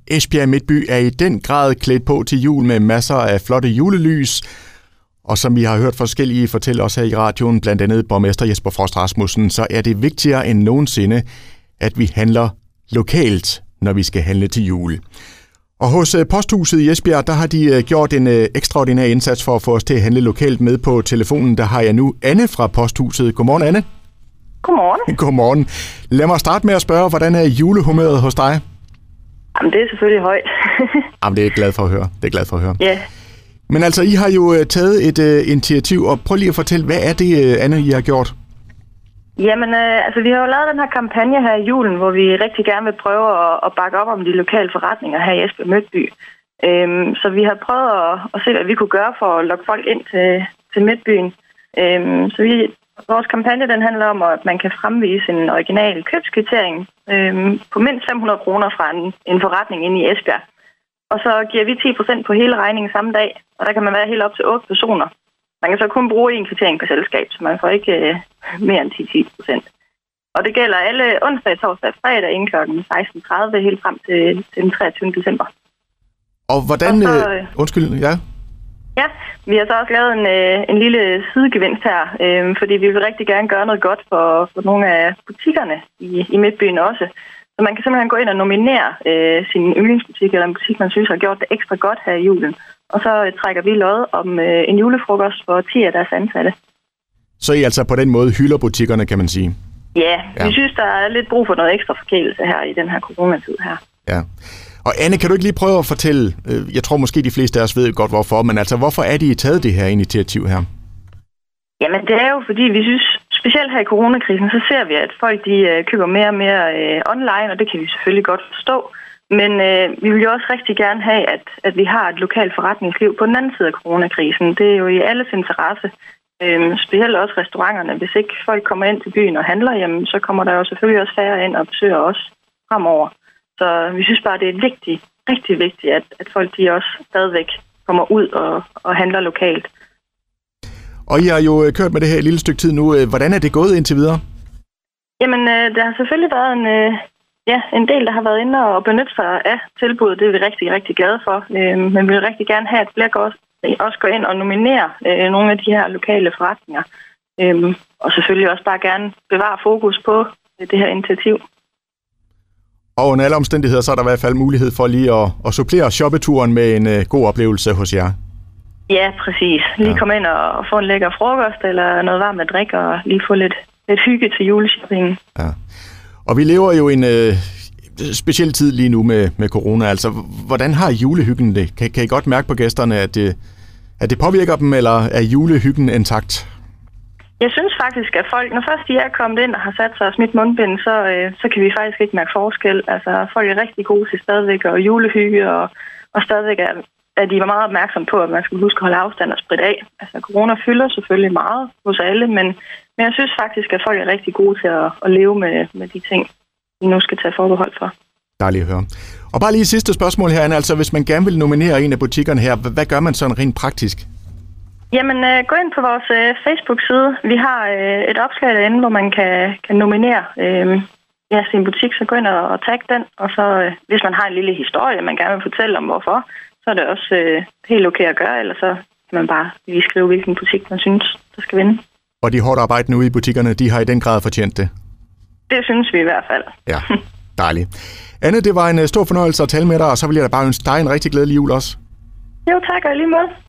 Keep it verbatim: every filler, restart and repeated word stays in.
Esbjerg Midtby er i den grad klædt på til jul med masser af flotte julelys. Og som vi har hørt forskellige fortælle os her i radioen, blandt andet borgmester Jesper Frost Rasmussen, så er det vigtigere end nogensinde, at vi handler lokalt, når vi skal handle til jul. Og hos Posthuset i Esbjerg, der har de gjort en ekstraordinær indsats for at få os til at handle lokalt. Med på telefonen, der har jeg nu Anne fra Posthuset. Godmorgen, Anne. Godmorgen. Godmorgen. Lad mig starte med at spørge, hvordan er julehumøret hos dig? Jamen, det er selvfølgelig højt. Jamen, det er jeg glad for at høre. Det er glad for at høre. Ja. Men altså, I har jo taget et uh, initiativ, og prøv lige at fortælle, hvad er det, uh, Anne, I har gjort? Jamen, øh, altså, vi har jo lavet den her kampagne her i julen, hvor vi rigtig gerne vil prøve at, at bakke op om de lokale forretninger her i Esbjerg Midtby. Øhm, så vi har prøvet at, at se, hvad vi kunne gøre for at lokke folk ind til, til Midtbyen. Øhm, så vi, vores kampagne, den handler om, at man kan fremvise en original købskvittering øhm, på mindst fem hundrede kroner fra en, en forretning inde i Esbjerg. Og så giver vi ti procent på hele regningen samme dag, og der kan man være helt op til otte personer. Man kan så kun bruge en kvittering per selskab, så man får ikke øh, mere end ti procent. Og det gælder alle onsdag, torsdag og fredag inden klokken seksten tredive helt frem til, til den treogtyvende december. Og hvordan... Og så, øh, undskyld, ja? Ja, vi har så også lavet en, øh, en lille sidegevinst her, øh, fordi vi vil rigtig gerne gøre noget godt for, for nogle af butikkerne i, i Midtbyen også. Så man kan simpelthen gå ind og nominere øh, sin yndlingsbutik eller en butik, man synes har gjort det ekstra godt her i julen. Og så øh, trækker vi lod om øh, en julefrokost for ti af deres ansatte. Så I altså på den måde hylder butikkerne, kan man sige? Ja, ja, vi synes, der er lidt brug for noget ekstra forkælelse her i den her coronatid her. Ja. Og Anne, kan du ikke lige prøve at fortælle, øh, jeg tror måske de fleste af os ved godt hvorfor, men altså hvorfor er de taget det her initiativ her? Jamen det er jo fordi, vi synes, specielt her i coronakrisen, så ser vi, at folk de øh, køber mere og mere øh, online, og det kan vi selvfølgelig godt forstå. Men øh, vi vil jo også rigtig gerne have, at, at vi har et lokalt forretningsliv på den anden side af coronakrisen. Det er jo i alles interesse, øh, specielt også restauranterne. Hvis ikke folk kommer ind til byen og handler, jamen, så kommer der jo selvfølgelig også færre ind og besøger os fremover. Så vi synes bare, det er vigtigt, rigtig vigtigt, at, at folk de også stadigvæk kommer ud og, og handler lokalt. Og I har jo kørt med det her et lille stykke tid nu. Hvordan er det gået indtil videre? Jamen, øh, der har selvfølgelig været en... Øh, Ja, en del, der har været inde og benytte sig af tilbuddet, det er vi rigtig, rigtig glade for. Øh, men vi vil rigtig gerne have, at flere går, også går ind og nominerer øh, nogle af de her lokale forretninger. Øh, og selvfølgelig også bare gerne bevare fokus på det her initiativ. Og under alle omstændigheder, så er der i hvert fald mulighed for lige at, at supplere shoppeturen med en uh, god oplevelse hos jer. Ja, præcis. Lige ja. komme ind og få en lækker frokost eller noget varmt at drikke og lige få lidt, lidt hygge til juleshoppingen. Ja. Og vi lever jo en øh, speciel tid lige nu med, med corona. Altså, hvordan har julehyggen det? Kan, kan I godt mærke på gæsterne, at det, at det påvirker dem, eller er julehyggen intakt? Jeg synes faktisk, at folk, når først de er kommet ind og har sat sig og smidt mundbind, så, øh, så kan vi faktisk ikke mærke forskel. Altså, folk er rigtig gode til stadigvæk og julehygge, og, og stadigvæk er, er de meget opmærksomme på, at man skal huske at holde afstand og spritte af. Altså, corona fylder selvfølgelig meget hos alle, men Men jeg synes faktisk, at folk er rigtig gode til at, at leve med, med de ting, vi nu skal tage forbehold for. Dejligt at høre. Og bare lige sidste spørgsmål her, Anne. Altså, hvis man gerne vil nominere en af butikkerne her, hvad gør man sådan rent praktisk? Jamen, øh, gå ind på vores øh, Facebook-side. Vi har øh, et opslag derinde, hvor man kan, kan nominere øh, ja, sin butik, så gå ind og, og tag den. Og så, øh, hvis man har en lille historie, man gerne vil fortælle om hvorfor, så er det også øh, helt okay at gøre, eller så kan man bare lige skrive, hvilken butik man synes, der skal vinde. Og de hårdt arbejdende ude i butikkerne, de har i den grad fortjent det? Det synes vi i hvert fald. Ja, dejligt. Anne, det var en stor fornøjelse at tale med dig, og så vil jeg da bare ønske dig en rigtig glædelig jul også. Jo, tak og lige måde.